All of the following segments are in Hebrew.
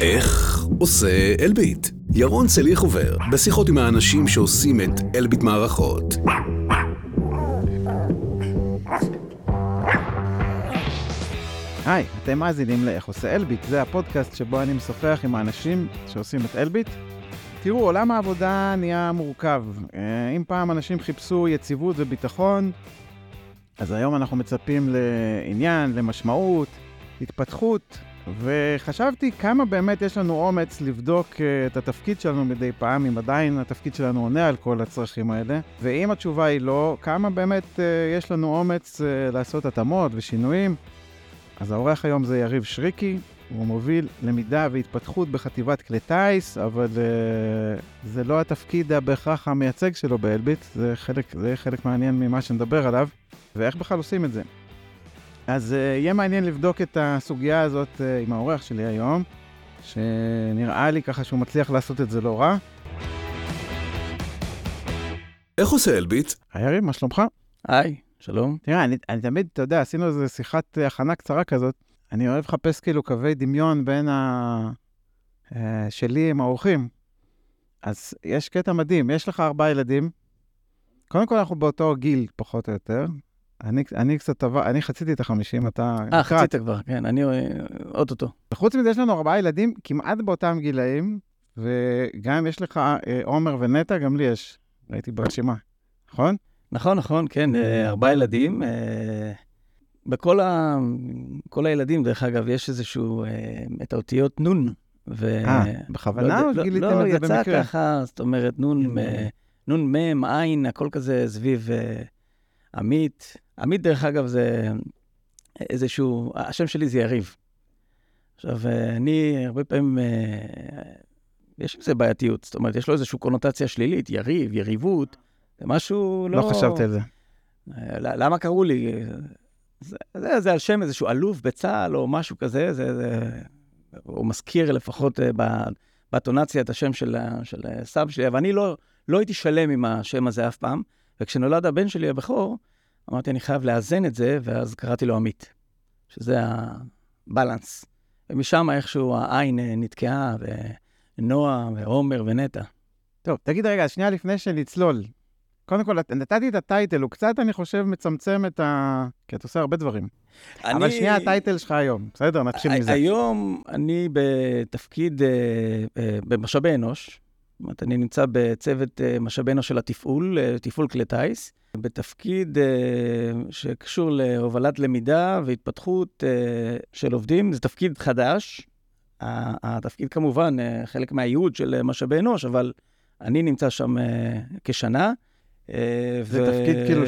איך עושה אלביט? ירון צליח עובר בשיחות עם האנשים שעושים את אלביט מערכות. היי, אתם מאזינים לאיך עושה אלביט. זה הפודקאסט שבו אני משוחח עם האנשים שעושים את אלביט. תראו, עולם העבודה נהיה מורכב. אם פעם אנשים חיפשו יציבות וביטחון, אז היום אנחנו מצפים לעניין, למשמעות, התפתחות, וחשבתי כמה באמת יש לנו אומץ לבדוק את התפקיד שלנו מדי פעם, אם עדיין התפקיד שלנו עונה על כל הצרכים האלה, ואם התשובה היא לא, כמה באמת יש לנו אומץ לעשות התאמות ושינויים. אז האורח היום זה יריב שריקי, הוא מוביל למידה והתפתחות בחטיבת כלי טייס, אבל זה לא התפקיד בהכרח המייצג שלו באלביט, זה חלק מעניין ממה שנדבר עליו, ואיך בכלל עושים את זה. אז יהיה מעניין לבדוק את הסוגיה הזאת עם האורח שלי היום, שנראה לי ככה שהוא מצליח לעשות את זה לא רע. איך עושה אלביט? היי יריב, מה שלומך? היי, שלום. תראה, אני תמיד, אתה יודע, עשינו איזו שיחת הכנה קצרה כזאת, אני אוהב לחפש כאילו קווי דמיון בין שלי עם האורחים. אז יש קטע מדהים, יש לך 4 ילדים, קודם כל אנחנו באותו גיל פחות או יותר, אני קצת טבע, אני חציתי את ה-50, אתה... חצית כבר, כן, אני אוטוטו. וחוץ מזה יש לנו 4 ילדים כמעט באותם גילאים, וגם יש לך עומר ונטע, גם לי יש, ראיתי ברשימה, נכון? נכון, כן, 4 ילדים. כל הילדים, דרך אגב, יש איזשהו, את האותיות נון. בכוונה או גיליתם את זה במקרה? לא, יצא ככה, זאת אומרת, נון מם, עין, הכל כזה סביב עמית. עמית, דרך אגב, זה איזשהו, השם שלי זה יריב. עכשיו, אני הרבה פעמים, יש עם זה בעייתיות, זאת אומרת, יש לו איזושהי קונוטציה שלילית, יריב, יריבות, זה משהו לא... לא חשבתי על זה. למה קראו לי? זה על שם איזשהו אלוף בצהל או משהו כזה, הוא מזכיר לפחות בטונציה את השם של סב שלי, אבל אני לא הייתי שלם עם השם הזה אף פעם, וכשנולד הבן שלי הבכור, אמרתי, אני חייב לאזן את זה, ואז קראתי לו עמית, שזה הבלנס. ומשם איכשהו העין נתקעה, ונועה, ועומר, ונטע. טוב, תגיד רגע, שנייה לפני שנצלול. קודם כל, נתתי את הטייטל, הוא קצת, אני חושב, מצמצם את כי אתה עושה הרבה דברים. אבל שנייה, הטייטל שלך היום, בסדר? נתחיל מזה. היום אני בתפקיד במשאבי אנוש, זאת אומרת, אני נמצא בצוות משאבי אנוש של תפעול כלי טייס, בתפקיד שקשור להובלת למידה והתפתחות של עובדים. זה תפקיד חדש. התפקיד כמובן חלק מהייעוד של משאבי אנוש, אבל אני נמצא שם כשנה. זה תפקיד כאילו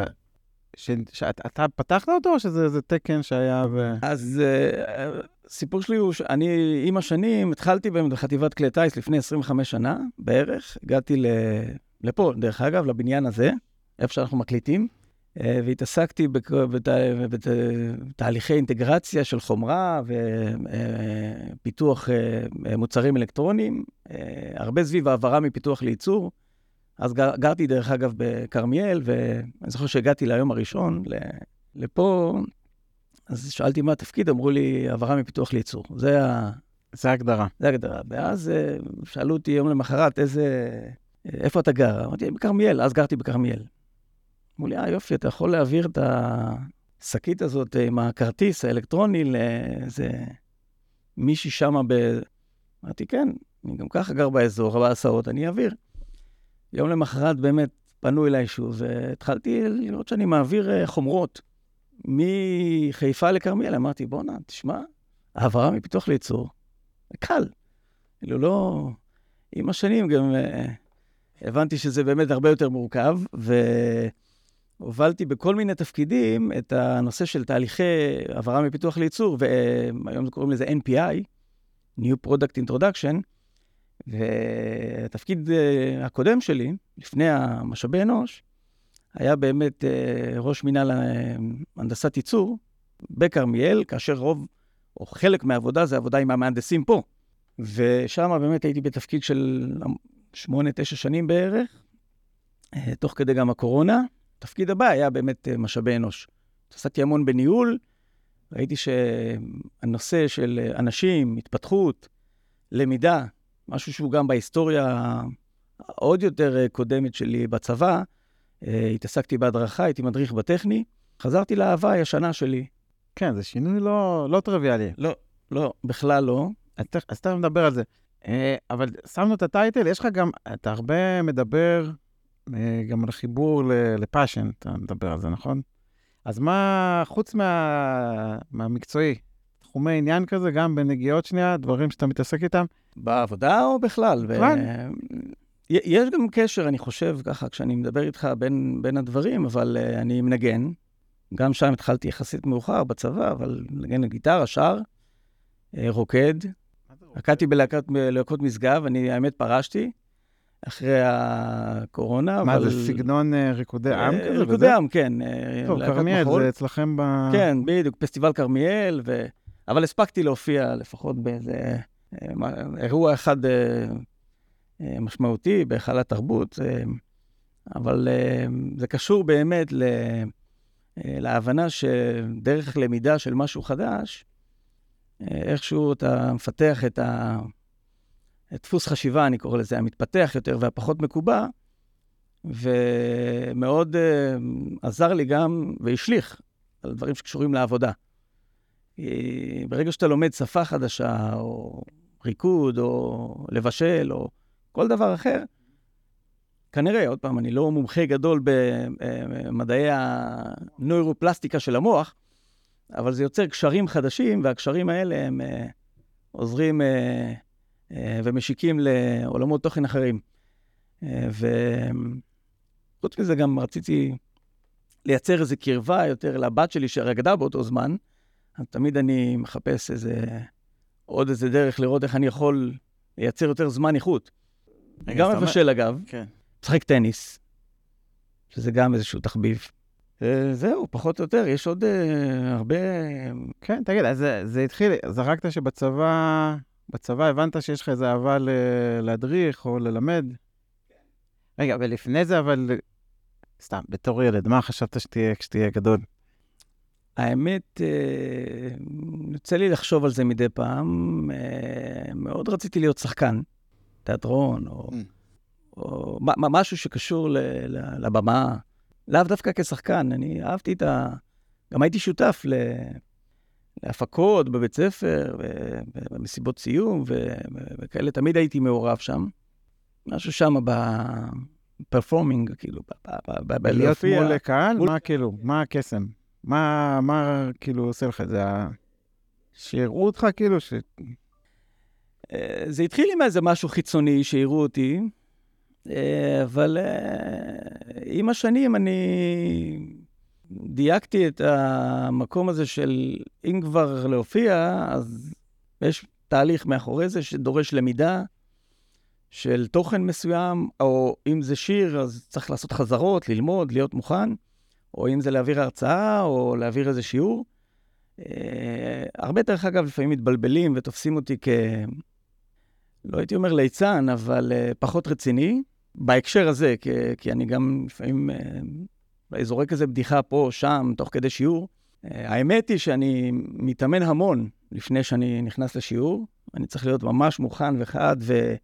שאתה פתחת אותו, או שזה תקן שהיה אז סיפור שלי הוא שאני עם השנים התחלתי בחטיבת כלי טייס לפני 25 שנה בערך, הגעתי לפה, דרך אגב, לבניין הזה, איפה שאנחנו מקליטים, והתעסקתי בתהליכי אינטגרציה של חומרה ופיתוח מוצרים אלקטרוניים, הרבה סביב העברה מפיתוח לייצור. אז גרתי דרך אגב בקרמיאל, ואני זוכר שהגעתי ליום הראשון לפה, אז שאלתי מה התפקיד, אמרו לי העברה מפיתוח לייצור. זה ההגדרה. זה ההגדרה. ואז שאלו אותי יום למחרת, איפה אתה גר? אמרתי, בקרמיאל, אז גרתי בקרמיאל. אמרו לי, יופי, אתה יכול להעביר את השקית הזאת עם הכרטיס האלקטרוני לאיזה מישהי שמה אמרתי, כן, אני גם ככה גר באזור, בהסעות, אני אעביר. יום למחרת באמת פנו אליי שוב, והתחלתי לראות שאני מעביר חומרות מחיפה לקרמיאל. אמרתי, בוא נה, תשמע, העברה מפיתוח לייצור, קל. לא, עם השנים גם הבנתי שזה באמת הרבה יותר מורכב, והובלתי בכל מיני תפקידים את הנושא של תהליכי העברה מפיתוח לייצור, והיום קוראים לזה NPI, New Product Introduction, והתפקיד הקודם שלי, לפני המשאבי אנוש, היה באמת ראש מינהל הנדסת ייצור בקרמיאל, כאשר רוב או חלק מהעבודה זה עבודה עם המהנדסים פה. ושם באמת הייתי בתפקיד של 8-9 שנים בערך, תוך כדי גם הקורונה. התפקיד הבא היה באמת משאבי אנוש. עשיתי המון בניהול, ראיתי שהנושא של אנשים, התפתחות, למידה, משהו שהוא גם בהיסטוריה עוד יותר קודמת שלי בצבא, התעסקתי בהדרכה, הייתי מדריך בטכני, חזרתי לאהבה הישנה שלי. כן, זה שינוי לא טריוויאלי. לא, בכלל לא. אז תכף נדבר על זה. אבל שמנו את הטייטל, יש לך גם, אתה הרבה מדבר גם על חיבור לפאשן, אתה מדבר על זה, נכון? אז מה, חוץ מהמקצועי, תחומי עניין כזה, גם בנגיעות שנייה, דברים שאתה מתעסק איתם? בעבודה או בכלל? בכלל. יש גם קשר, אני חושב, ככה, כשאני מדבר איתך בין הדברים, אבל אני מנגן. גם שם התחלתי יחסית מאוחר בצבא, אבל מנגן גיטרה, שר, רוקד. רקדתי בלהקות משגב, אני האמת פרשתי אחרי הקורונה. מה, זה סגנון ריקודי עם כזה? ריקודי עם, כן. טוב, כרמיאל, זה אצלכם כן, בדיוק, פסטיבל כרמיאל, אבל הספקתי להופיע לפחות באיזה אירוע אחד משמעותי בהיכל התרבות, אבל זה קשור באמת להבנה שדרך למידה של משהו חדש, איכשהו אתה מפתח את דפוס חשיבה, אני קורא לזה, המתפתח יותר והפחות מקובע, ומאוד עזר לי גם והשליך על דברים שקשורים לעבודה. ברגע שאתה לומד שפה חדשה, או ריקוד, או לבשל, או כל דבר אחר, כנראה, עוד פעם, אני לא מומחה גדול במדעי הנוירופלסטיקה של המוח, אבל זה יוצר קשרים חדשים, והקשרים האלה הם עוזרים ומשיקים לעולמות תוכן אחרים. וחוץ מזה גם רציתי לייצר איזו קרבה יותר לבת שלי שרקדה באותו זמן, אז תמיד אני מחפש עוד איזה דרך לראות איך אני יכול לייצר יותר זמן איכות. גם מבשל אגב, משחק טניס, שזה גם איזשהו תחביב. זהו, פחות או יותר, יש עוד הרבה... כן, תגיד, אז זה התחיל, זרקת שבצבא הבנת שיש לך איזו אהבה להדריך או ללמד. רגע, ולפני זה, אבל סתם, בתור ילד, מה חשבת כשתהיה גדול? האמת, יוצא לי לחשוב על זה מדי פעם. מאוד רציתי להיות שחקן, תיאטרון, או משהו שקשור לבמה. לאו דווקא כשחקן, אני אהבתי גם הייתי שותף להפקות בבית ספר, במסיבות סיום, וכאלה, תמיד הייתי מעורב שם. משהו שם בפרפורמינג, כאילו, להיות מול קהל? מה כאילו? מה הקסם? מה כאילו עושה לך? זה שיראו אותך כאילו זה התחיל עם איזה משהו חיצוני שיראו אותי, אבל עם השנים אני דייקתי את המקום הזה של אם כבר להופיע, אז יש תהליך מאחורי זה שדורש למידה של תוכן מסוים, או אם זה שיר, אז צריך לעשות חזרות, ללמוד, להיות מוכן, או אם זה להעביר הרצאה, או להעביר איזה שיעור. הרבה דרך אגב לפעמים מתבלבלים ותופסים אותי לא הייתי אומר ליצן, אבל פחות רציני. בהקשר הזה, כי אני גם לפעמים זורק איזה בדיחה פה או שם, תוך כדי שיעור. האמת היא שאני מתאמן המון לפני שאני נכנס לשיעור. אני צריך להיות ממש מוכן וחד,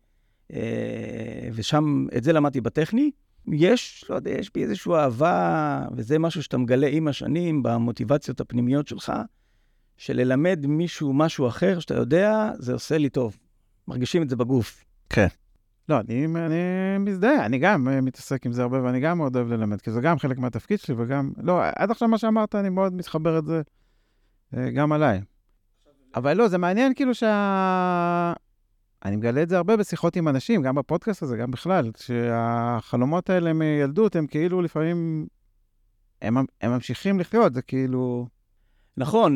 ושם את זה למדתי בטכני. יש בי איזושהי אהבה, וזה משהו שאתה מגלה עם השנים, במוטיבציות הפנימיות שלך, של ללמד מישהו משהו אחר, שאתה יודע, זה עושה לי טוב. מרגישים את זה בגוף. כן. לא, אני מזדהה, אני גם מתעסק עם זה הרבה, ואני גם מאוד אוהב ללמד, כי זה גם חלק מהתפקיד שלי, וגם, לא, עד עכשיו מה שאמרת, אני מאוד מתחבר את זה גם עליי. אבל לא, זה מעניין כאילו אני מגלה את זה הרבה בשיחות עם אנשים, גם בפודקאסט הזה, גם בכלל, שהחלומות האלה מילדות, הם כאילו לפעמים, הם ממשיכים לחיות, זה כאילו... נכון,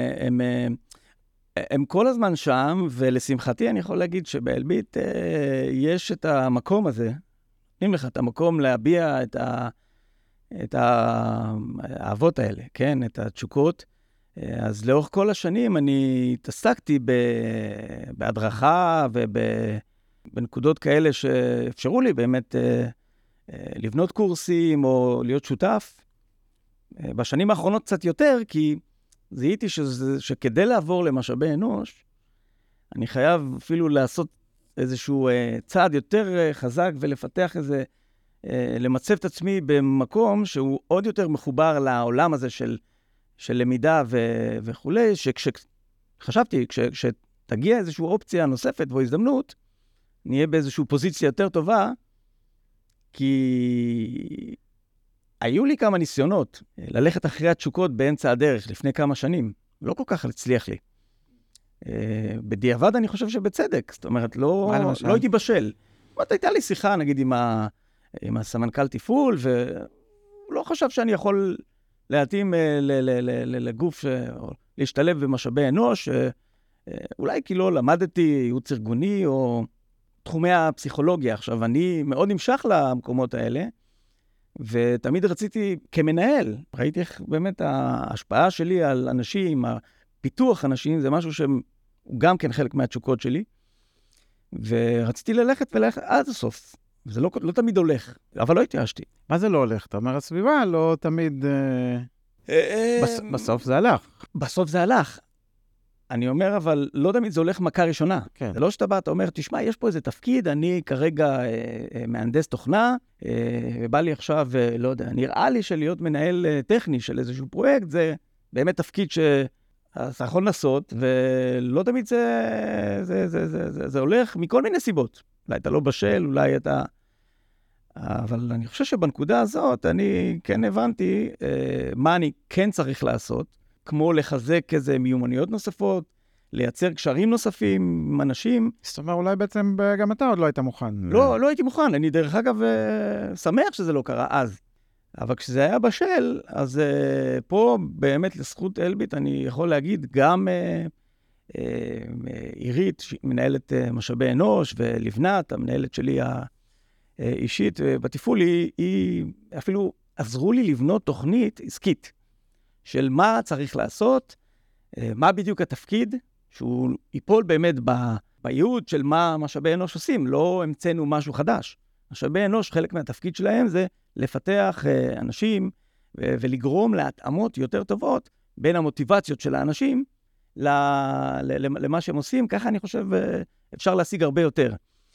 הם כל הזמן שם, ולשמחתי אני יכול להגיד שבאלביט יש את המקום הזה, נותנים לך את המקום להביע את האהבות האלה, כן? את התשוקות. אז לאורך כל השנים אני התעסקתי בהדרכה ובנקודות כאלה שאפשרו לי באמת לבנות קורסים או להיות שותף. בשנים האחרונות קצת יותר, כי זיהיתי שכדי לעבור למשאבי אנוש, אני חייב אפילו לעשות איזשהו צעד יותר חזק ולפתח למצב את עצמי במקום שהוא עוד יותר מחובר לעולם הזה של למידה וכולי, חשבתי, כשתגיע איזושהי אופציה נוספת או הזדמנות, נהיה באיזושהי פוזיציה יותר טובה, כי היו לי כמה ניסיונות ללכת אחרי התשוקות באמצע הדרך לפני כמה שנים. לא כל כך הצליח לי. בדיעבד אני חושב שבצדק, זאת אומרת, לא הייתי בשל. הייתה לי שיחה, נגיד, עם הסמנכ"ל תפעול, והוא לא חשב שאני יכול להתאים לגוף, להשתלב במשאבי אנוש, אולי כי לא למדתי ייעוץ ארגוני או תחומי הפסיכולוגיה. עכשיו, אני מאוד נמשך למקומות האלה, ותמיד רציתי כמנהל, ראיתי איך באמת ההשפעה שלי על אנשים, פיתוח אנשים, זה משהו שהוא גם כן חלק מהתשוקות שלי, ורציתי ללכת עד הסוף. זה לא תמיד הולך, אבל לא התייאשתי. מה זה לא הולך? אתה אומר, הסביבה לא תמיד... בסוף זה הלך. בסוף זה הלך. אני אומר, אבל לא תמיד זה הולך מכה ראשונה. כן. זה לא שאתה בא, אתה אומר, תשמע, יש פה איזה תפקיד, אני כרגע מהנדס תוכנה, ובא לי עכשיו, לא יודע, נראה לי שלהיות מנהל טכני של איזשהו פרויקט, זה באמת תפקיד שאתה יכול לנסות, ולא תמיד זה הולך מכל מיני סיבות. אולי אתה לא בשל, אולי אתה... אבל אני חושב שבנקודה הזאת, אני כן הבנתי מה אני כן צריך לעשות, כמו לחזק איזה מיומנויות נוספות, לייצר קשרים נוספים עם אנשים. זאת אומרת, אולי בעצם גם אתה עוד לא היית מוכן. לא הייתי מוכן. אני דרך אגב שמח שזה לא קרה אז. אבל כשזה היה בשל, אז פה באמת לזכות אלביט, אני יכול להגיד גם עירית, מנהלת משאבי אנוש, ולבנת, המנהלת שלי האישית בתפעול, היא אפילו עזרו לי לבנות תוכנית עסקית. של מה צריך לעשות, מה בדיוק התפקיד, שהוא ייפול באמת בייעוד של מה משאבי אנוש עושים, לא המצאנו משהו חדש. משאבי אנוש, חלק מהתפקיד שלהם זה לפתח אנשים ולגרום להתאמות יותר טובות בין המוטיבציות של האנשים למה שהם עושים, ככה אני חושב אפשר להשיג הרבה יותר.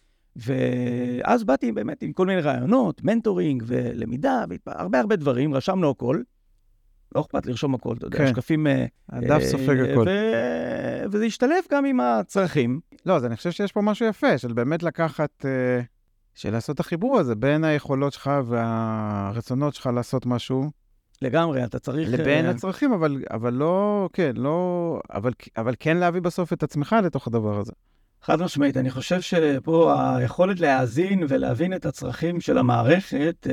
ואז באתי באמת עם כל מיני רעיונות, מנטורינג ולמידה, הרבה דברים, רשמנו הכל, לא אכפת לרשום הכל, אתה יודע, שקפים... הדף סופג הכל. וזה ישתלב גם עם הצרכים. לא, אז אני חושב שיש פה משהו יפה, של באמת לקחת, של לעשות את החיבור הזה, בין היכולות שלך והרצונות שלך לעשות משהו. לגמרי, אתה צריך... לבין הצרכים, אבל לא, כן, לא, אבל כן להביא בסוף את עצמך לתוך הדבר הזה. חד משמעית, אני חושב שפה היכולת להאזין ולהבין את הצרכים של המערכת,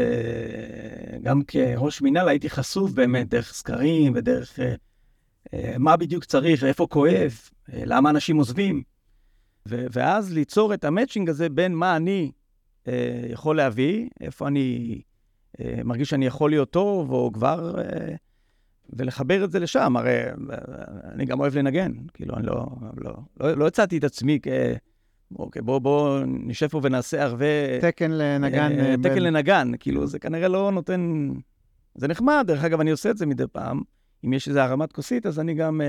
גם כראש מינהל הייתי חשוף באמת דרך סקרים ודרך מה בדיוק צריך, איפה כואב, למה אנשים עוזבים, ואז ליצור את המאצ'ינג הזה בין מה אני יכול להביא, איפה אני מרגיש שאני יכול להיות טוב, או כבר... ולחבר את זה לשם, הרי אני גם אוהב לנגן, כאילו אני לא הצעתי את עצמי אוקיי, בוא נשב פה ונעשה הרבה... תקן לנגן. תקן לנגן, כאילו זה כנראה לא נותן... זה נחמד, דרך אגב אני עושה את זה מדי פעם, אם יש איזו הרמת כוסית, אז אני גם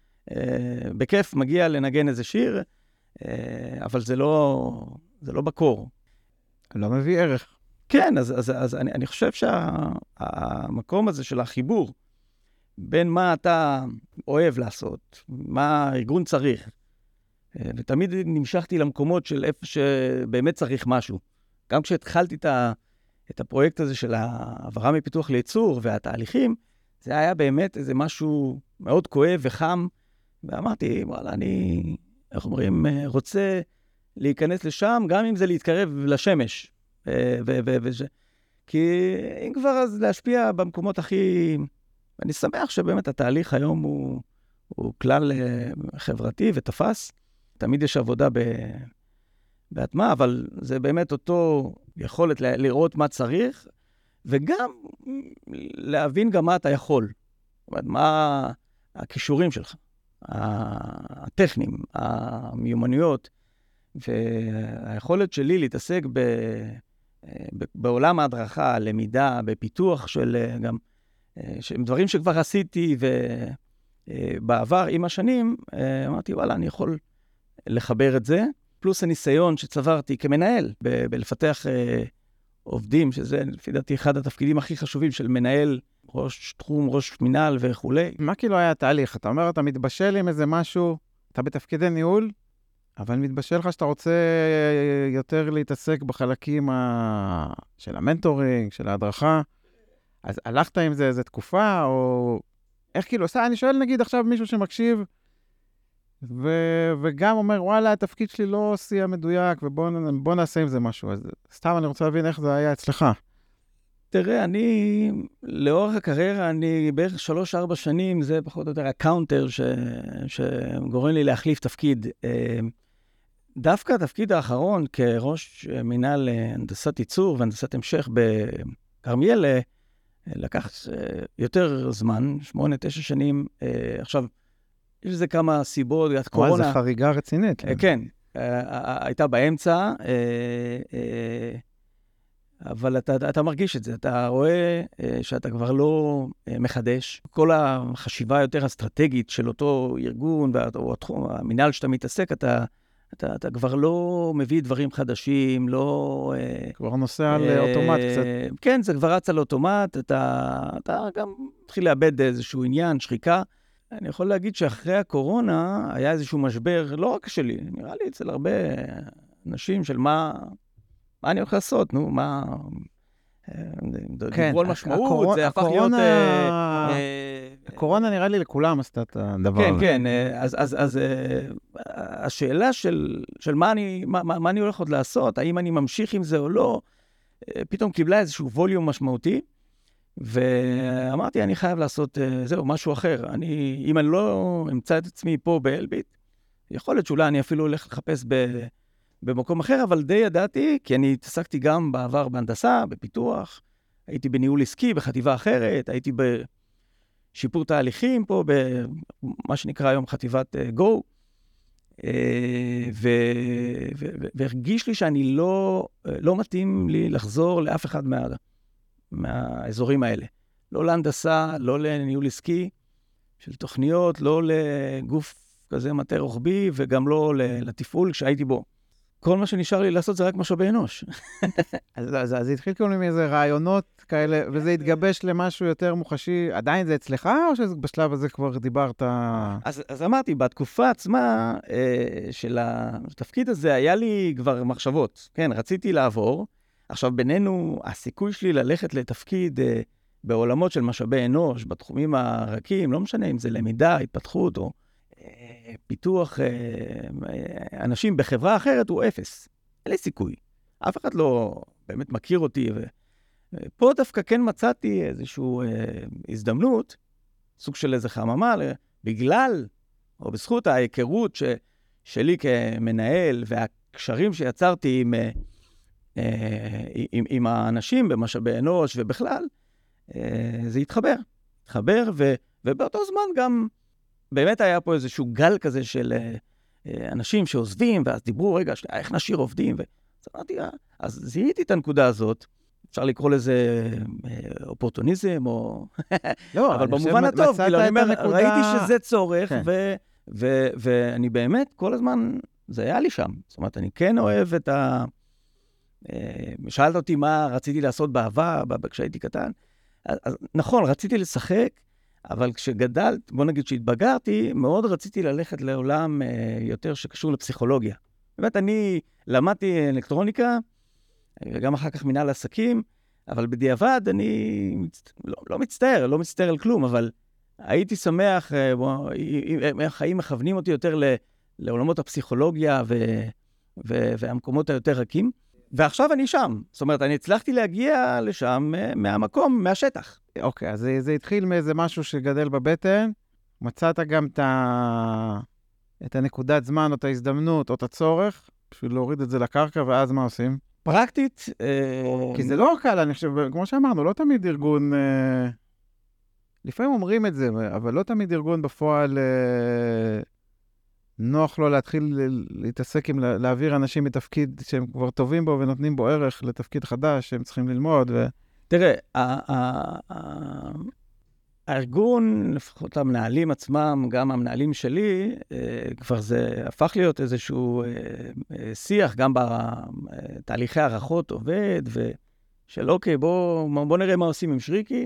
בכיף מגיע לנגן איזה שיר, אבל זה לא בקור. לא מביא ערך. כן, אז אני חושב שהמקום הזה של החיבור, בין מה אתה אוהב לעשות, מה הארגון צריך. ותמיד נמשכתי למקומות של איפה שבאמת צריך משהו. גם כשהתחלתי את הפרויקט הזה של העברה מפיתוח לייצור והתהליכים, זה היה באמת איזה משהו מאוד כואב וחם, ואמרתי, וואלה, אני, איך אומרים, רוצה להיכנס לשם, גם אם זה להתקרב לשמש. כי אם כבר אז להשפיע במקומות הכי... אני שמח שבאמת התהליך היום הוא כלל חברתי ותפס. תמיד יש עבודה בהטמעה, אבל זה באמת אותו יכולת לראות מה צריך, וגם להבין גם מה אתה יכול. זאת אומרת, מה הכישורים שלך, הטכנים, המיומנויות, והיכולת שלי להתעסק בעולם ההדרכה, למידה, בפיתוח של גם... שהם דברים שכבר עשיתי, ובעבר עם השנים, אמרתי, וואלה, אני יכול לחבר את זה, פלוס הניסיון שצברתי כמנהל בלפתח עובדים, שזה לפי דעתי אחד התפקידים הכי חשובים של מנהל, ראש תחום, ראש מנהל וכו'. מה כאילו היה התהליך? אתה אומר, אתה מתבשל עם איזה משהו, אתה בתפקידי ניהול, אבל מתבשל לך שאתה רוצה יותר להתעסק בחלקים של המנטורינג, של ההדרכה. אז הלכת עם זה איזה תקופה, או איך כאילו, אני שואל נגיד עכשיו מישהו שמקשיב, וגם אומר, וואלה, התפקיד שלי לא עושה מדויק, ובוא נעשה עם זה משהו. אז סתם אני רוצה להבין איך זה היה אצלך. תראה, אני, לאורך הקריירה, אני בערך 3-4 שנים, זה פחות או יותר הקאונטר שגורם לי להחליף תפקיד. דווקא התפקיד האחרון כראש מנהל הנדסת ייצור והנדסת המשך בכרמיאל, לקח יותר זמן, 8-9 שנים. עכשיו, יש לזה כמה סיבות, קורונה. וואי, זו חריגה רצינית. כן, הייתה באמצע, אבל אתה מרגיש את זה, אתה רואה שאתה כבר לא מחדש. כל החשיבה יותר אסטרטגית של אותו ארגון, או התחום, המנהל שאתה מתעסק, אתה כבר לא מביא דברים חדשים, לא... כבר נוסע על אוטומט קצת. כן, זה כבר רץ על אוטומט, אתה גם מתחיל לאבד איזשהו עניין, שחיקה. אני יכול להגיד שאחרי הקורונה היה איזשהו משבר, לא רק שלי, נראה לי אצל הרבה אנשים של מה אני הולך לעשות, נו, מה... דיברו על משמעות, זה הפך להיות... הקורונה נראה לי לכולם עשתה את הדבר הזה. כן, אז השאלה של מה אני הולך עוד לעשות, האם אני ממשיך עם זה או לא, פתאום קיבלה איזשהו ווליום משמעותי, ואמרתי, אני חייב לעשות זהו, משהו אחר. אם אני לא אמצא את עצמי פה באלביט, יכול להיות שאולי אני אפילו הולך לחפש במקום אחר, אבל די ידעתי, כי אני התעסקתי גם בעבר בהנדסה, בפיתוח, הייתי בניהול עסקי, בחטיבה אחרת, הייתי בשיפור תהליכים פה, במה שנקרא היום חטיבת גו, והרגיש לי שאני לא מתאים לי לחזור לאף אחד מהאזורים האלה. לא להנדסה, לא לניהול עסקי של תוכניות, לא לגוף כזה מטה רוחבי, וגם לא לתפעול שהייתי בו. כל מה שנשאר לי לעשות זה רק משאבי אנוש. אז זה התחיל כאילו מאיזה רעיונות כאלה, וזה התגבש למשהו יותר מוחשי. עדיין זה אצלך, או שבשלב הזה כבר דיברת? אז אמרתי, בתקופה עצמה של התפקיד הזה, היה לי כבר מחשבות. כן, רציתי לעבור. עכשיו, בינינו, הסיכוי שלי ללכת לתפקיד בעולמות של משאבי אנוש, בתחומים הרכים, לא משנה אם זה למידה, התפתחות או פיתוח אנשים בחברה אחרת, הוא 0. אין לי סיכוי. אף אחד לא באמת מכיר אותי. ופה דווקא כן מצאתי איזושהי הזדמנות, סוג של איזה חממה, בגלל, או בזכות ההיכרות שלי כמנהל, והקשרים שיצרתי עם האנשים במשאבי אנוש ובכלל, זה התחבר, ובאותו זמן גם באמת היה פה איזשהו גל כזה של אנשים שעוזבים, ואז דיברו, רגע, איך נשאיר עובדים? אז אמרתי, אז זיהיתי את הנקודה הזאת, אפשר לקרוא לזה אופורטוניזם, או... לא, אבל במובן הטוב, כאילו, אני אומר, הנקודה... ראיתי שזה צורך, כן. ואני באמת, כל הזמן, זה היה לי שם. זאת אומרת, אני כן אוהב את שאלת אותי מה רציתי לעשות בעבר, כשהייתי קטן. אז, נכון, רציתי לשחק, אבל כשגדלת, בוא נגיד שהתבגרתי, מאוד רציתי ללכת לעולם יותר שקשור לפסיכולוגיה. באמת, אני למדתי אלקטרוניקה, וגם אחר כך מנהל עסקים, אבל בדיעבד אני לא מצטער על כלום, אבל הייתי שמח, החיים מכוונים אותי יותר לעולמות הפסיכולוגיה והמקומות היותר רכים, ועכשיו אני שם. זאת אומרת, אני הצלחתי להגיע לשם מהמקום, מהשטח. אוקיי, אז זה התחיל מאיזה משהו שגדל בבטן, מצאת גם את הנקודת זמן, או את ההזדמנות, או את הצורך, בשביל להוריד את זה לקרקע, ואז מה עושים? פרקטית. כי זה לא קל, אני חושב, כמו שאמרנו, לא תמיד ארגון, לפעמים אומרים את זה, אבל לא תמיד ארגון בפועל נוח לו להתחיל להתעסק עם להעביר אנשים מתפקיד שהם כבר טובים בו ונותנים בו ערך לתפקיד חדש שהם צריכים ללמוד. תראה, הארגון, לפחות המנהלים עצמם, גם המנהלים שלי, כבר זה הפך להיות איזשהו שיח, גם בתהליכי הערכות עובד, ושל אוקיי, בוא נראה מה עושים עם שריקי.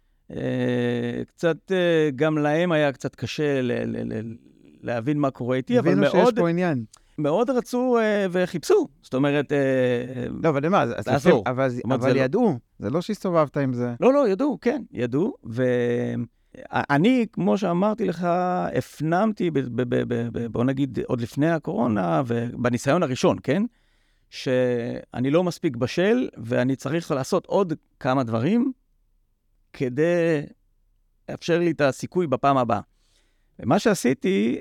קצת, גם להם היה קצת קשה להבין מה קורה איתי, אבל מאוד... הבינו שיש פה עניין. מאוד רצו וחיפשו, זאת אומרת... לא, אבל מה, אבל ידעו, זה לא שהסתובבת עם זה. לא, ידעו, כן, ידעו, ואני, כמו שאמרתי לך, הפנמתי, בוא נגיד, עוד לפני הקורונה, ובניסיון הראשון, כן? שאני לא מספיק בשל, ואני צריך לעשות עוד כמה דברים, כדי לאפשר לי את הסיכוי בפעם הבאה. ומה שעשיתי...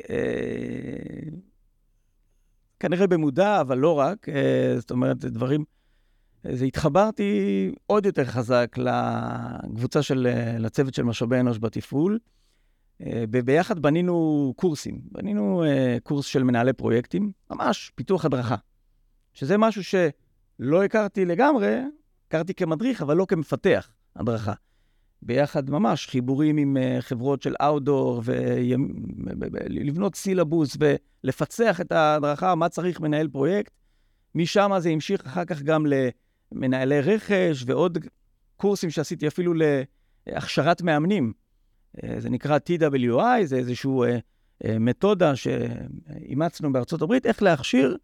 כנראה במודע, אבל לא רק, זאת אומרת, דברים, התחברתי עוד יותר חזק לקבוצה לצוות של משאבי אנוש בתפעול, וביחד בנינו קורסים, בנינו קורס של מנהלי פרויקטים, ממש פיתוח הדרכה, שזה משהו שלא הכרתי לגמרי, הכרתי כמדריך, אבל לא כמפתח הדרכה. ביחד ממש חיבורים עם חברות של אאוטדור, ולבנות סילבוס ולפצח את ההדרכה, מה צריך מנהל פרויקט. משם זה המשיך אחר כך גם למנהלי רכש, ועוד קורסים שעשיתי אפילו להכשרת מאמנים. זה נקרא TWI, זה איזושהי מתודה שאימצנו בארצות הברית, איך להכשיר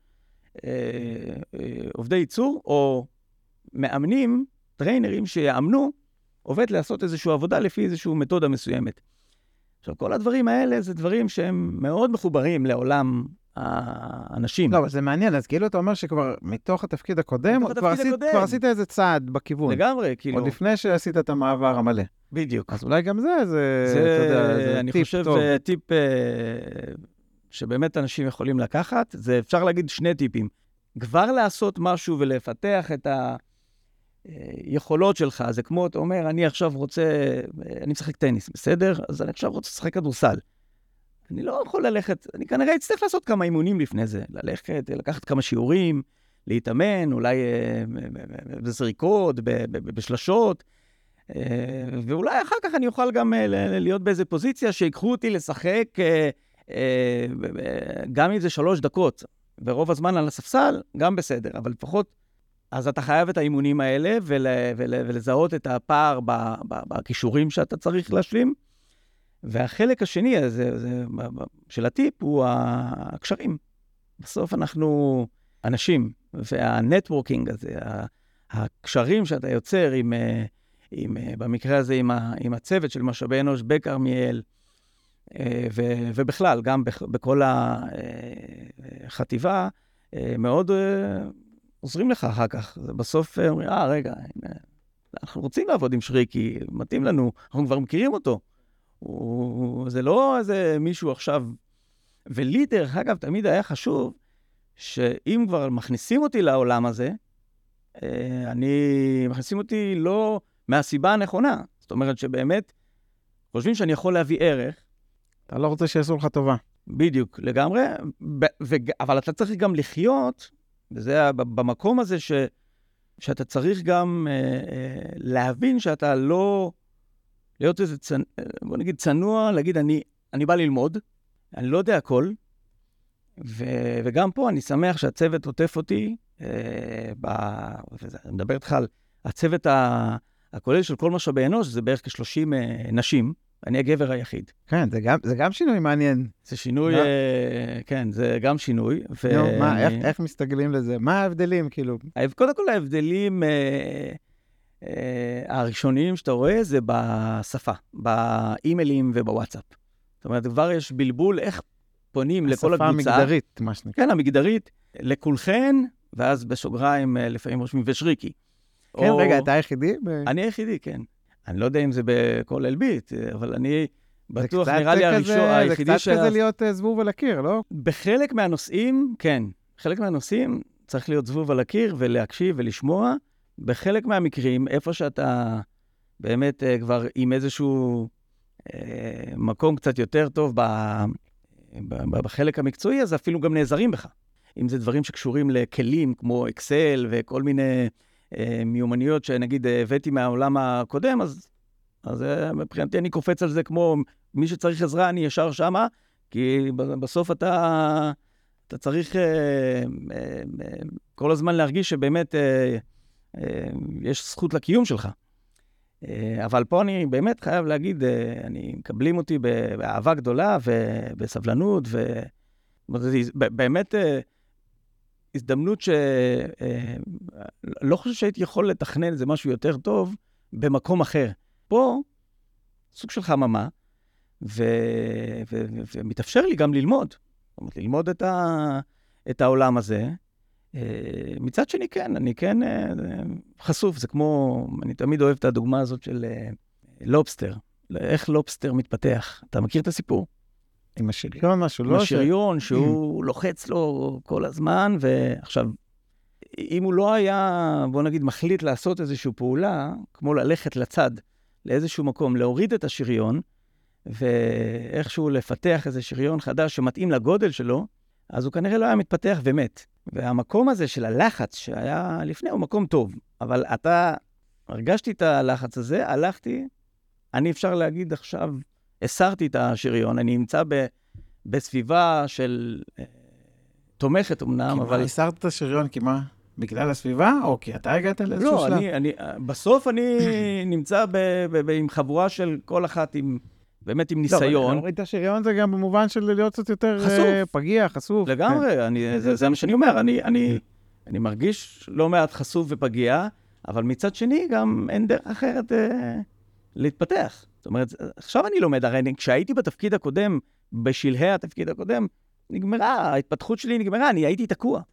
עובדי ייצור, או מאמנים, טריינרים שיאמנו, עובד לעשות איזושהי עבודה לפי איזושהי מתודה מסוימת. עכשיו, כל הדברים האלה זה דברים שהם מאוד מחוברים לעולם האנשים. לא, אבל זה מעניין, אז כאילו אתה אומר שכבר מתוך התפקיד הקודם, כבר עשית איזה צעד בכיוון. לגמרי, כאילו. עוד לפני שעשית את המעבר המלא. בדיוק. אז אולי גם זה אתה יודע, זה אני טיפ חושב טוב. טיפ שבאמת אנשים יכולים לקחת, זה אפשר להגיד שני טיפים. כבר לעשות משהו ולפתח את היכולות שלך, זה כמו, אתה אומר, אני עכשיו רוצה, אני משחק טניס, בסדר? אז אני עכשיו רוצה לשחק כדורסל. אני לא יכול ללכת, אני כנראה אצטרך לעשות כמה אימונים לפני זה, ללכת, לקחת כמה שיעורים, להתאמן, אולי בזריקות, בשלשות, ואולי אחר כך אני אוכל גם להיות באיזה פוזיציה שיקחו אותי לשחק גם אם זה 3 דקות, ורוב הזמן על הספסל, גם בסדר, אבל לפחות, אז אתה חייב את האימונים האלה, ולזהות את הפער בכישורים שאתה צריך להשלים, והחלק השני של הטיפ הוא הקשרים. בסוף אנחנו אנשים, והנטוורקינג הזה, הקשרים שאתה יוצר במקרה הזה עם הצוות של משאבי אנוש בכרמיאל, ובכלל, גם בכל החטיבה, מאוד עוזרים לך אחר כך. בסוף אומרים, רגע, אנחנו רוצים לעבוד עם שריקי, מתאים לנו, אנחנו כבר מכירים אותו. זה לא איזה מישהו עכשיו, ולי דרך אגב תמיד היה חשוב, שאם כבר מכניסים אותי לעולם הזה, מכניסים אותי לא מהסיבה הנכונה. זאת אומרת שבאמת חושבים שאני יכול להביא ערך. אתה לא רוצה שיעשו לך טובה. בדיוק, לגמרי. אבל אתה צריך גם לחיות, וזה במקום הזה שאתה צריך גם להבין שאתה לא... להיות איזה, בוא נגיד, צנוע, להגיד, אני בא ללמוד, אני לא יודע הכל, וגם פה אני שמח שהצוות עוטף אותי, אני מדבר איתך על הצוות הכולל של כל משאבי אנוש, זה בערך כ-30 נשים, אני הגבר היחיד. כן, זה גם שינוי מעניין. זה שינוי, כן, זה גם שינוי. איך מסתגלים לזה? מה ההבדלים, כאילו? קודם כל ההבדלים... הראשוניים שאתה רואה זה בשפה, באימיילים ובוואטסאפ. זאת אומרת, כבר יש בלבול איך פונים לכל הקבוצה. השפה המגדרית, מה שנקרא. כן, המגדרית, לכולכן, ואז בשוגריים לפעמים רושמים ושריקי. כן, רגע, אתה היחידי? אני היחידי, כן. אני לא יודע אם זה בכל אלביט, אבל אני בטוח נראה לי היחידי זה קצת כזה להיות זבוב על הקיר, לא? בחלק מהנושאים, כן. חלק מהנושאים צריך להיות זבוב על הקיר ולהקשיב ולשמוע, בחלק מהמקרים, איפה שאתה באמת כבר עם איזשהו מקום קצת יותר טוב בחלק המקצועי, אז אפילו גם נעזרים בך. אם זה דברים שקשורים לכלים כמו אקסל וכל מיני מיומנויות שנגיד הבאתי מהעולם הקודם, אז אז מבחינתי אני קופץ על זה כמו מי שצריך עזרה, אני ישר שמה, כי בסוף אתה צריך כל הזמן להרגיש שבאמת יש זכות לקיום שלך. אבל פה אני באמת חייב להגיד, מקבלים אותי באהבה גדולה ובסבלנות, ובאמת הזדמנות לא חושב שהייתי יכול לתכנן איזה משהו יותר טוב במקום אחר. פה סוג של חממה, ומתאפשר לי גם ללמוד. ללמוד את העולם הזה. מצד שני, כן, אני כן חשוף. זה כמו, אני תמיד אוהב את הדוגמה הזאת של לובסטר. איך לובסטר מתפתח. אתה מכיר את הסיפור? עם השריון משהו, עם השריון שהוא לוחץ לו כל הזמן, ועכשיו, אם הוא לא היה, בוא נגיד, מחליט לעשות איזושהי פעולה, כמו ללכת לצד, לאיזשהו מקום, להוריד את השריון, ואיכשהו לפתח איזה שריון חדש שמתאים לגודל שלו, אז הוא כנראה לא היה מתפתח ומת. והמקום הזה של הלחץ שהיה לפני הוא מקום טוב, אבל הרגשתי את הלחץ הזה, הלכתי, אני אפשר להגיד עכשיו, הסרתי את השריון, אני נמצא בסביבה של תומכת אמנם, אבל... הסרת את השריון כי מה? בגלל הסביבה? או כי אתה הגעת לאיזשהו שלב? לא, בסוף אני נמצא עם חבורה של כל אחת באמת עם ניסיון. להוריד את השריון זה גם במובן של להיות קצת יותר פגיע, חשוף. לגמרי, זה מה שאני אומר, אני מרגיש לא מעט חשוף ופגיע, אבל מצד שני גם אין דרך אחרת להתפתח. זאת אומרת, עכשיו אני לומד, הרי כשהייתי בתפקיד הקודם, בשלהי התפקיד הקודם, נגמרה, ההתפתחות שלי נגמרה, אני הייתי תקוע.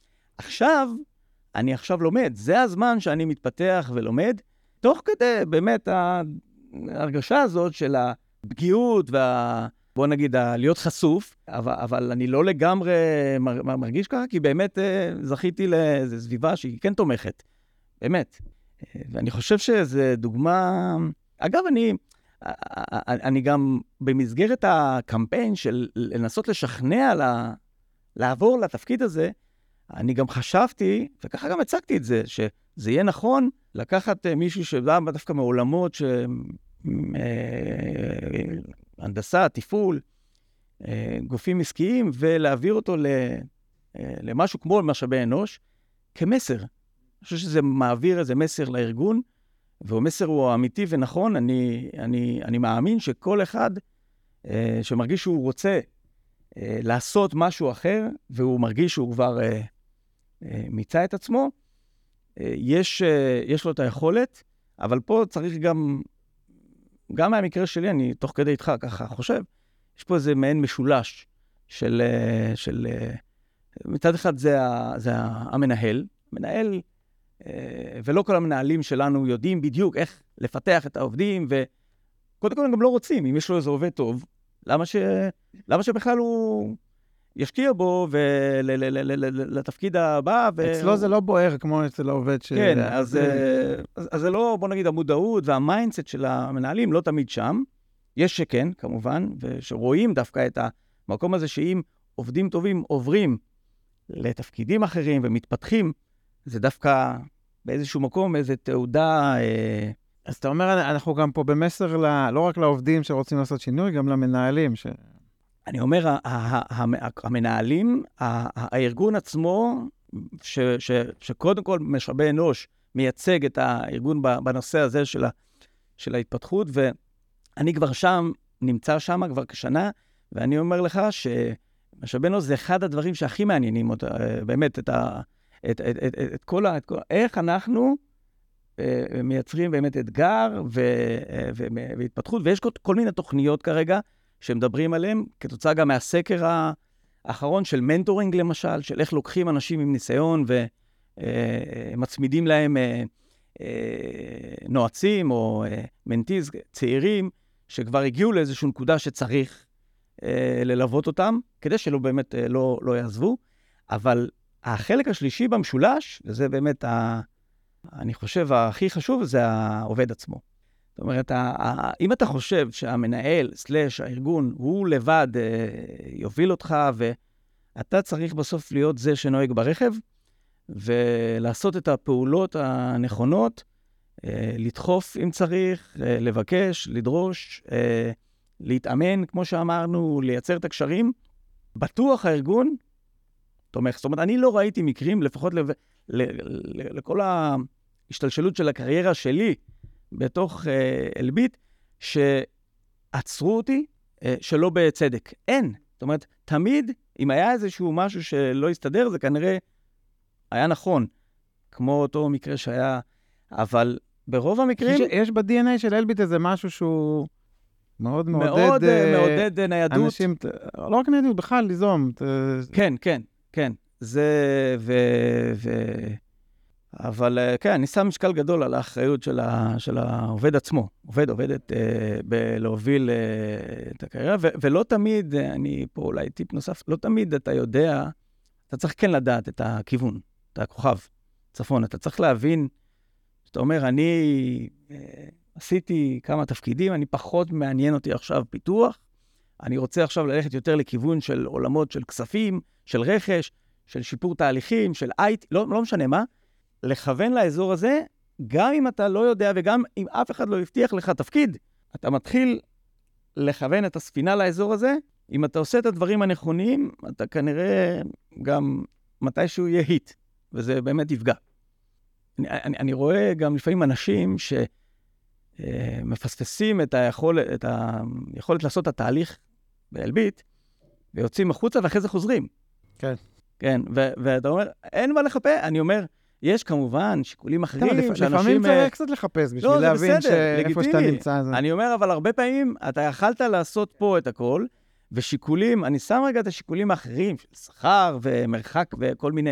אני עכשיו לומד, זה הזמן שאני מתפתח ולומד, תוך כדי באמת ההרגשה הזאת של הפגיעות בוא נגיד, להיות חשוף, אבל אני לא לגמרי מרגיש ככה, כי באמת זכיתי לאיזו סביבה שהיא כן תומכת, באמת. ואני חושב שזו דוגמה... אגב, אני גם במסגרת הקמפיין של לנסות לשכנע לעבור לתפקיד הזה, אני גם חשבתי, וככה גם הצגתי את זה, שזה יהיה נכון לקחת מישהו שבא דווקא מעולמות הנדסה, תפעול, גופים עסקיים, ולהעביר אותו למשהו כמו משאבי אנוש, כמסר. אני חושב שזה מעביר איזה מסר לארגון, והמסר הוא אמיתי ונכון. אני מאמין שכל אחד שמרגיש שהוא רוצה לעשות משהו אחר, והוא מרגיש שהוא כבר מיצה את עצמו, יש לו את היכולת, אבל פה צריך גם מהמקרה שלי, אני תוך כדי איתך ככה חושב, יש פה איזה מעין משולש של מצד אחד זה המנהל, ולא כל המנהלים שלנו יודעים בדיוק איך לפתח את העובדים, וקודם כל הם גם לא רוצים, אם יש לו איזה עובד טוב, למה שבכלל הוא ישקיע בו לתפקיד הבא? אצלו זה לא בוער כמו אצל העובד ש... כן, אז זה לא, בוא נגיד, המודעות והמיינדסט של המנהלים לא תמיד שם. יש שכן, כמובן, ושרואים דווקא את המקום הזה שאם עובדים טובים עוברים לתפקידים אחרים ומתפתחים, זה דווקא באיזשהו מקום, איזו תעודה... אז אתה אומר, אנחנו גם פה במסר לא רק לעובדים שרוצים לעשות שינוי, גם למנהלים. אני אומר, המנהלים, הארגון עצמו, שקודם כל משאבי אנוש מייצג את הארגון בנושא הזה של ההתפתחות, ואני כבר נמצא שם כבר כשנה, ואני אומר לך שמשאבי אנוש זה אחד הדברים שהכי מעניינים באמת את כל איך אנחנו מייצרים באמת אתגר והתפתחות, ויש כל מיני תוכניות כרגע שמדברים עליהם, כתוצאה גם מהסקר האחרון של מנטורינג למשל, של איך לוקחים אנשים עם ניסיון ומצמידים להם נועצים או מנטיז צעירים, שכבר הגיעו לאיזושהי נקודה שצריך ללוות אותם, כדי שלא באמת לא יעזבו. אבל החלק השלישי במשולש, וזה באמת, אני חושב, הכי חשוב, זה העובד עצמו. זאת אומרת, אם אתה חושב שהמנהל, הארגון, הוא לבד יוביל אותך, ואתה צריך בסוף להיות זה שנוהג ברכב, ולעשות את הפעולות הנכונות, לדחוף אם צריך, לבקש, לדרוש, להתאמן, כמו שאמרנו, לייצר את הקשרים. בטוח הארגון תומך. זאת אומרת, אני לא ראיתי מקרים, לפחות לכל ההשתלשלות של הקריירה שלי בתוך אלביט, שעצרו אותי שלא בצדק. אין. זאת אומרת, תמיד, אם היה איזשהו משהו שלא הסתדר, זה כנראה היה נכון, כמו אותו מקרה שהיה, אבל ברוב המקרים... יש ב-DNA של אלביט איזה משהו שהוא מאוד מאוד מעודד ניידות. אנשים, לא רק ניידות, בכלל ליזום. כן, כן, כן. זה... אבל כן, אני שם משקל גדול על האחריות של העובד עצמו. עובדת בלהוביל את הקריירה, ולא תמיד, אני פה אולי טיפ נוסף, לא תמיד אתה יודע, אתה צריך כן לדעת את הכיוון, את הכוכב, צפון. אתה צריך להבין, שאתה אומר, אני עשיתי כמה תפקידים, אני פחות מעניין אותי עכשיו פיתוח, אני רוצה עכשיו ללכת יותר לכיוון של עולמות של כספים, של רכש, של שיפור תהליכים, של IT, לא משנה מה, לכוון לאזור הזה, גם אם אתה לא יודע וגם אם אף אחד לא הבטיח לך תפקיד, אתה מתחיל לכוון את הספינה לאזור הזה, אם אתה עושה את הדברים הנכונים, אתה כנראה גם מתישהו יהיה היט, וזה באמת יפגע. אני רואה גם לפעמים אנשים שמפספסים את היכולת לעשות את התהליך באלביט, ויוצאים החוצה ואחרי זה חוזרים. כן. כן, ואתה אומר, אין מה לחפה, אני אומר, יש כמובן שיקולים אחרים שאנשים... לפעמים צריך קצת לחפש בשביל להבין שאיפה שאתה נמצא. אני אומר, אבל הרבה פעמים אתה יכלת לעשות פה את הכל, ושיקולים, אני שם רגע את השיקולים האחרים, של שכר ומרחק וכל מיני...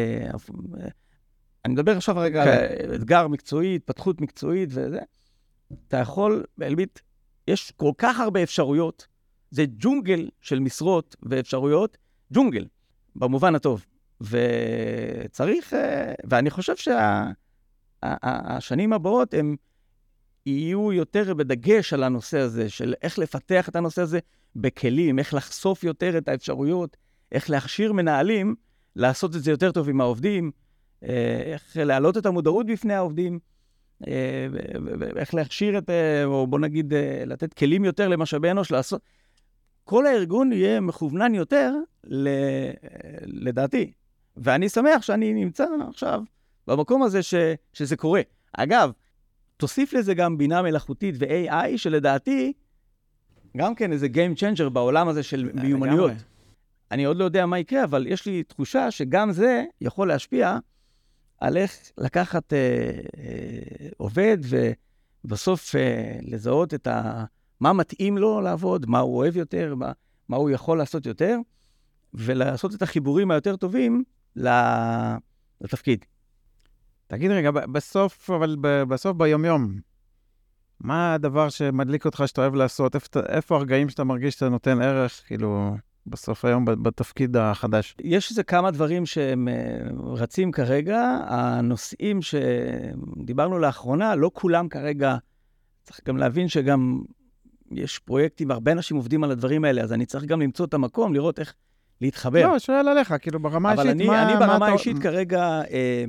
אני מדבר עכשיו רגע על אתגר מקצועי, התפתחות מקצועית וזה. אתה יכול, באלביט, יש כל כך הרבה אפשרויות, זה ג'ונגל של משרות ואפשרויות, ג'ונגל, במובן הטוב. וצריך, ואני חושב שהשנים הבאות הם יהיו יותר בדגש על הנושא הזה, של איך לפתח את הנושא הזה בכלים, איך לחשוף יותר את האפשרויות, איך להכשיר מנהלים, לעשות את זה יותר טוב עם העובדים, איך להעלות את המודעות בפני העובדים, איך להכשיר את, או בוא נגיד, לתת כלים יותר למשאבי אנוש, לעשות. כל הארגון יהיה מכוונן יותר, לדעתי. ואני שמח שאני נמצא עכשיו במקום הזה שזה קורה. אגב, תוסיף לזה גם בינה מלאכותית ו-AI, שלדעתי, גם כן איזה game changer בעולם הזה של מיומנויות. אני עוד לא יודע מה יקרה, אבל יש לי תחושה שגם זה יכול להשפיע על איך לקחת עובד, ובסוף לזהות את מה מתאים לו לעבוד, מה הוא אוהב יותר, מה הוא יכול לעשות יותר, ולעשות את החיבורים היותר טובים לתפקיד. תגיד רגע, בסוף ביום-יום, מה הדבר שמדליק אותך שאתה אוהב לעשות? איפה הרגעים שאתה מרגיש שאתה נותן ערך, כאילו, בסוף היום בתפקיד החדש? יש איזה כמה דברים שהם רצים כרגע. הנושאים שדיברנו לאחרונה, לא כולם כרגע, צריך גם להבין שגם יש פרויקטים, הרבה אנשים עובדים על הדברים האלה, אז אני צריך גם למצוא את המקום, לראות איך להתחבר. לא, שואל עליך, כאילו ברמה אישית, אבל אני ברמה האישית כרגע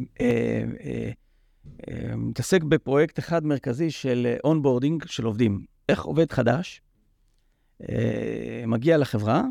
מתעסק בפרויקט אחד מרכזי של אונבורדינג של עובדים. איך עובד חדש מגיע לחברה,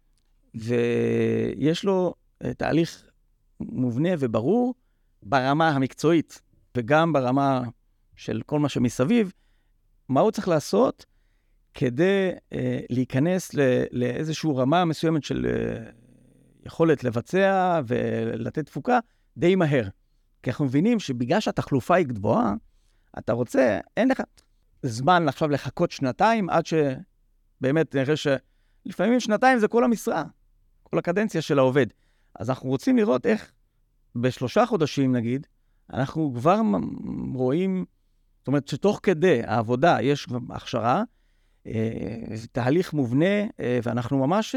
ויש לו תהליך מובנה וברור ברמה המקצועית, וגם ברמה של כל מה שמסביב, מה הוא צריך לעשות כדי להיכנס לאיזשהו רמה מסוימת של יכולת לבצע ולתת תפוקה די מהר. כי אנחנו מבינים שבגלל שהתחלופה היא גבוהה, אתה רוצה, אין לך זמן עכשיו לחכות שנתיים, עד שבאמת נראה שלפעמים שנתיים זה כל המשרה, כל הקדנציה של העובד. אז אנחנו רוצים לראות איך ב3 חודשים נגיד, אנחנו כבר רואים, זאת אומרת שתוך כדי העבודה יש הכשרה, תהליך מובנה, ואנחנו ממש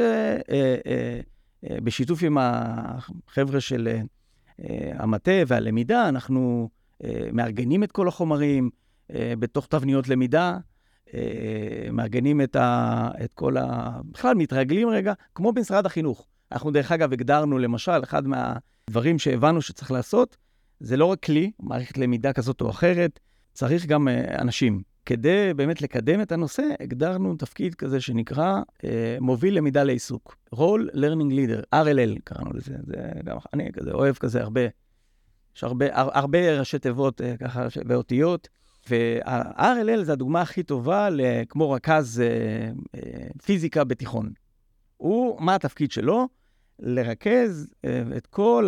בשיתוף עם החבר'ה של המטה והלמידה, אנחנו מארגנים את כל החומרים בתוך תבניות למידה, מארגנים את כל בכלל מתרגלים רגע, כמו במשרד החינוך. אנחנו דרך אגב הגדרנו למשל, אחד מהדברים שהבנו שצריך לעשות, זה לא רק כלי, מערכת למידה כזאת או אחרת, צריך גם אנשים. כדי באמת לקדם את הנושא, הגדרנו תפקיד כזה שנקרא מוביל למידה לעיסוק. Role Learning Leader, RLL קראנו לזה. זה גם אני כזה אוהב כזה הרבה, יש הרבה ראשי תיבות ככה ואותיות, וה-RLL זה הדוגמה הכי טובה כמו רכז פיזיקה בתיכון. מה התפקיד שלו? לרכז את כל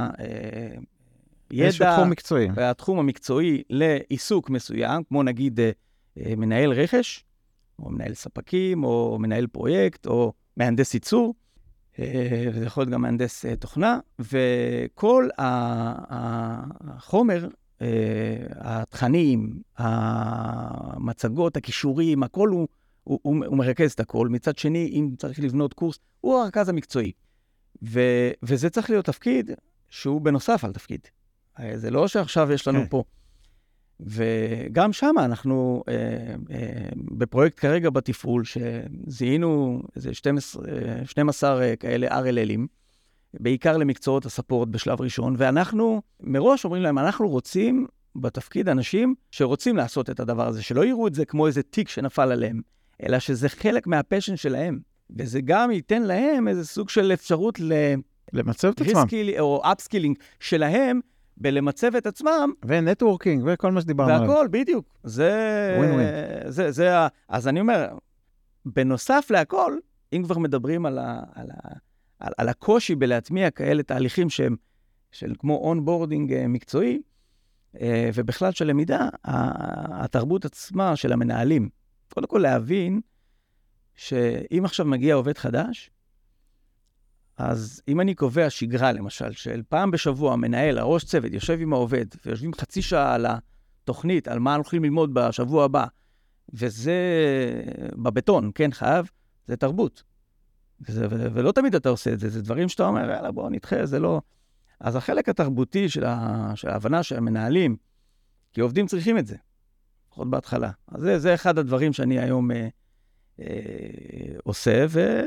הידע והתחום המקצועי לעיסוק מסוים, כמו נגיד מנהל רכש, או מנהל ספקים, או מנהל פרויקט, או מהנדס ייצור, וזה יכול להיות גם מהנדס תוכנה, וכל החומר, התכנים, המצגות, הכישורים, הכל הוא מרכז את הכל. מצד שני, אם צריך לבנות קורס, הוא הרכז המקצועי. וזה צריך להיות תפקיד שהוא בנוסף על תפקיד. זה לא שעכשיו יש לנו פה. וגם שם אנחנו בפרויקט כרגע בתפעול, שזיהינו איזה 12 כאלה RLLים, בעיקר למקצועות הספורט בשלב ראשון, ואנחנו מראש אומרים להם, אנחנו רוצים בתפקיד אנשים שרוצים לעשות את הדבר הזה, שלא יראו את זה כמו איזה תיק שנפל עליהם, אלא שזה חלק מהפשן שלהם, וזה גם ייתן להם איזה סוג של אפשרות למצב את עצמם. או אפסקילינג שלהם, בלמצב את עצמם. ונטוורקינג, וכל מה שדיברנו עליו. והכל, בדיוק. אז אני אומר, בנוסף להכל, אם כבר מדברים על הקושי בלהטמיע כאלה תהליכים שהם של כמו אונבורדינג מקצועי, ובכלל של למידה, התרבות עצמה של המנהלים. קודם כל להבין שאם עכשיו מגיע עובד חדש, אז אם אני קובע שגרה, למשל, של פעם בשבוע המנהל, הראש צוות, יושב עם העובד, ויושבים חצי שעה על התוכנית, על מה הולכים ללמוד בשבוע הבא, וזה בבטון, כן, חייב, זה תרבות. ולא תמיד אתה עושה את זה, זה דברים שאתה אומר, יאללה, בוא נדחה, זה לא... אז החלק התרבותי של ההבנה של המנהלים, כי עובדים צריכים את זה, לפחות בהתחלה. אז זה אחד הדברים שאני היום עושה,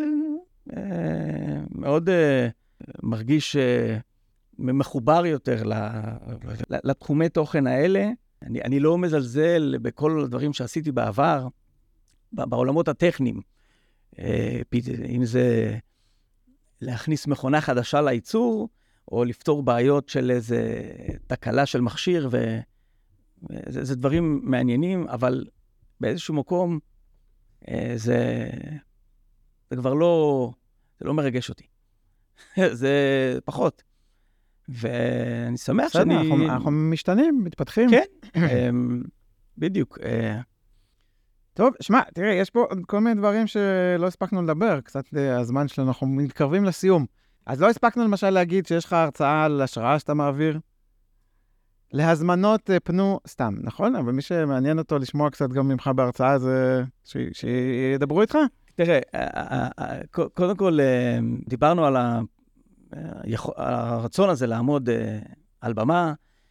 מאוד מרגיש מחובר יותר לתחומי תוכן האלה. אני לא מזלזל בכל הדברים שעשיתי בעבר, בעולמות הטכניים. אם זה להכניס מכונה חדשה לייצור, או לפתור בעיות של איזה תקלה של מכשיר, וזה דברים מעניינים, אבל באיזשהו מקום זה כבר לא, זה לא מרגש אותי. זה פחות. ואני שמח שאני... אנחנו משתנים, מתפתחים. כן, בדיוק. טוב, שמע, תראה, יש פה כל מיני דברים שלא הספקנו לדבר, קצת הזמן שלנו, אנחנו מתקרבים לסיום. אז לא הספקנו למשל להגיד שיש לך הרצאה על השראה שאתה מעביר. להזמנות פנו סתם, נכון? אבל מי שמעניין אותו לשמוע קצת גם ממך בהרצאה, זה שידברו איתך? תראה, קודם כל דיברנו על הרצון הזה לעמוד על במה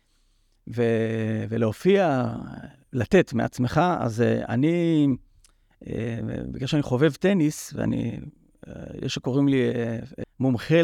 ולהופיע, לתת מעצמך. אז אני, בגלל שאני חובב טניס, יש שקוראים לי מומחה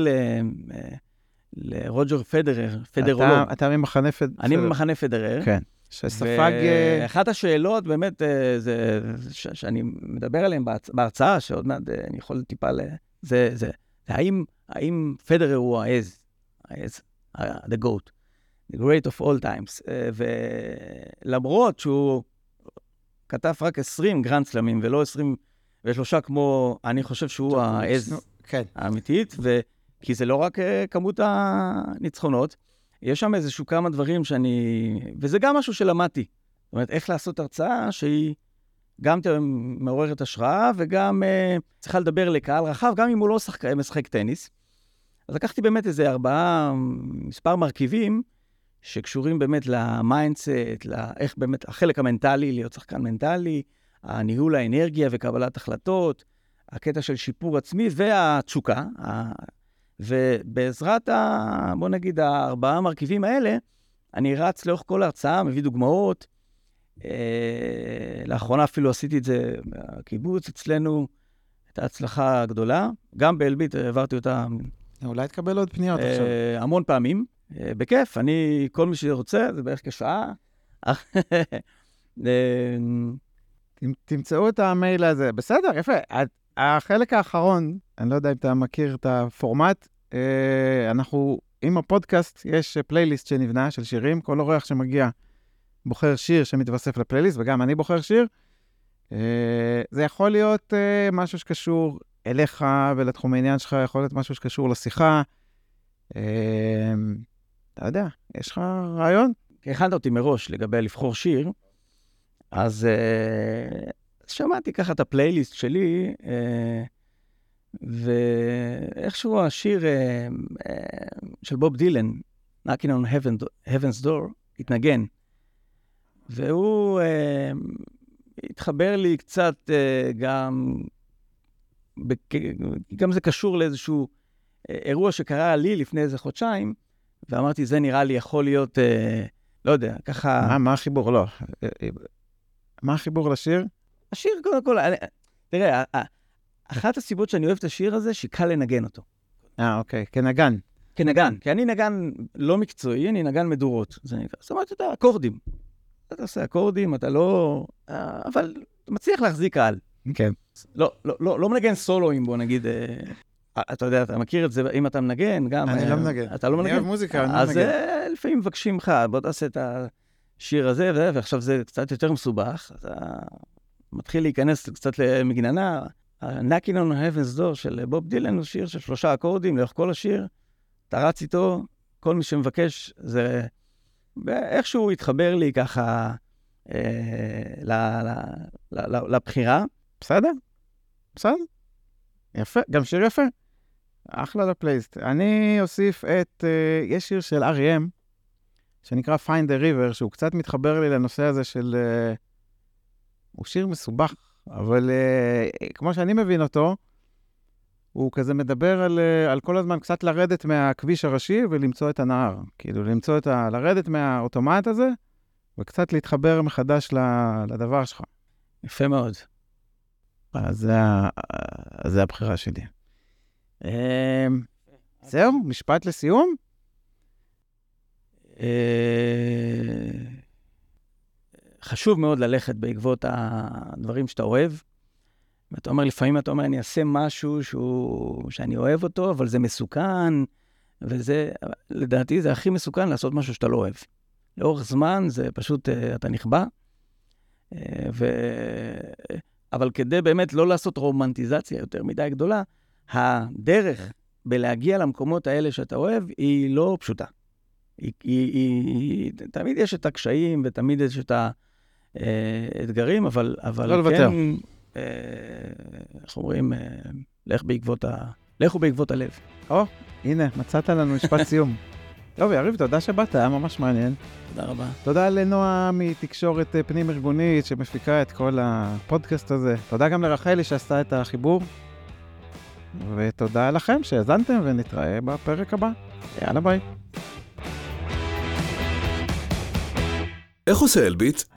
לרוג'ר פדרר, פדרולוג. אתה ממחנה פדרר. אני ממחנה פדרר. כן. שספג... ואחת השאלות באמת, שאני מדבר עליהן בהרצאה, שעוד מעט אני יכול טיפה זה האם פדרר הוא העז, the goat, the great of all times, ולמרות שהוא כתב רק 20 גרנד סלמים, ולא 23 כמו, אני חושב שהוא העז האמיתית, כי זה לא רק כמות הניצחונות, יש שם איזשהו כמה דברים וזה גם משהו שלמדתי. זאת אומרת, איך לעשות הרצאה שהיא גם מעוררת השראה, וגם צריכה לדבר לקהל רחב, גם אם הוא לא משחק טניס. אז לקחתי באמת איזה מספר מרכיבים, שקשורים באמת למיינדסט, איך באמת החלק המנטלי, להיות שחקן מנטלי, הניהול האנרגיה וקבלת החלטות, הקטע של שיפור עצמי והתשוקה, ובעזרת בוא נגיד, 4 המרכיבים האלה, אני רץ לאורך כל ההרצאה, מביא דוגמאות. לאחרונה אפילו עשיתי את זה בקיבוץ אצלנו, הייתה הצלחה גדולה. גם באלביט העברתי אותה. אולי תקבל עוד פניות עכשיו. המון פעמים. בכיף, כל מי שרוצה, זה בערך כשעה. תמצאו את המייל הזה. בסדר, יפה. החלק האחרון, אני לא יודע אם אתה מכיר את הפורמט, אנחנו, עם הפודקאסט, יש פלייליסט שנבנה של שירים, כל אורח שמגיע בוחר שיר שמתווסף לפלייליסט, וגם אני בוחר שיר. זה יכול להיות משהו שקשור אליך ולתחום העניין שלך, יכול להיות משהו שקשור לשיחה. אתה יודע, יש לך רעיון? הכנת אותי מראש לגבי לבחור שיר, אז שמעתי ככה את הפלייליסט שלי, ואיכשהו השיר של בוב דילן, Knocking on Heaven's Door, התנגן. והוא התחבר לי קצת גם זה קשור לאיזשהו אירוע שקרה לי לפני איזה חודשיים, ואמרתי, זה נראה לי יכול להיות, לא יודע, ככה... מה החיבור? לא. מה החיבור לשיר? השיר, קודם כל, תראה, אחת הסיבות שאני אוהב את השיר הזה, שקל לנגן אותו. אוקיי, כנגן. כנגן, כי אני נגן לא מקצועי, אני נגן מדורות. זה נקרא. זאת אומרת, אתה אקורדים. אתה עושה אקורדים, אתה לא... אבל אתה מצליח להחזיק קהל. כן. לא מנגן סולואים, בוא נגיד... אתה יודע, אתה מכיר את זה, אם אתה מנגן, גם... אני לא מנגן. אתה לא מנגן? אני אוהב מוזיקה, אני לא מנגן. אז לפעמים מבקשים לך, בוא תעשה את השיר הזה, ועכשיו זה קצת יותר מסובך, אתה מתחיל להיכנס קצת למגננה. Knocking on Heaven's Door של בוב דילן הוא שיר של 3 אקורדים, לאורך כל השיר, אתה רץ איתו, כל מי שמבקש, זה... ואיכשהו התחבר לי ככה לבחירה. בסדר? בסדר? יפה, גם שיר יפה. אחלה לפלייסט. אני אוסיף את... יש שיר של R.E.M. שנקרא Find the River, שהוא קצת מתחבר לי לנושא הזה של... הוא שיר מסובך, אבל כמו שאני מבין אותו, הוא כזה מדבר על כל הזמן קצת לרדת מהכביש הראשי ולמצוא את הנהר. כאילו, לרדת מהאוטומט הזה, וקצת להתחבר מחדש לדבר שלך. יפה מאוד. אז זה הבחירה שלי. זהו, משפט לסיום? חשוב מאוד ללכת בעקבות הדברים שאתה אוהב. ואתה אומר, לפעמים אתה אומר, אני אעשה משהו שאני אוהב אותו, אבל זה מסוכן, וזה, לדעתי, זה הכי מסוכן לעשות משהו שאתה לא אוהב. לאורך זמן זה פשוט, אתה נכבה, אבל כדי באמת לא לעשות רומנטיזציה יותר מדי גדולה, הדרך בלהגיע למקומות האלה שאתה אוהב, היא לא פשוטה. תמיד יש את הקשיים, ותמיד יש את האתגרים, אבל לא לוותר. איך אומרים, לכו בעקבות הלב. הנה, מצאת לנו משפט סיום. טוב, יריב, תודה שבאת, היה ממש מעניין. תודה רבה. תודה לנועה מתקשורת פנים ארגונית שמפיקה את כל הפודקאסט הזה. תודה גם לרחלי שעשתה את החיבור. ותודה לכם שהאזנתם ונתראה בפרק הבא. יאללה ביי. איך עושה אלביט?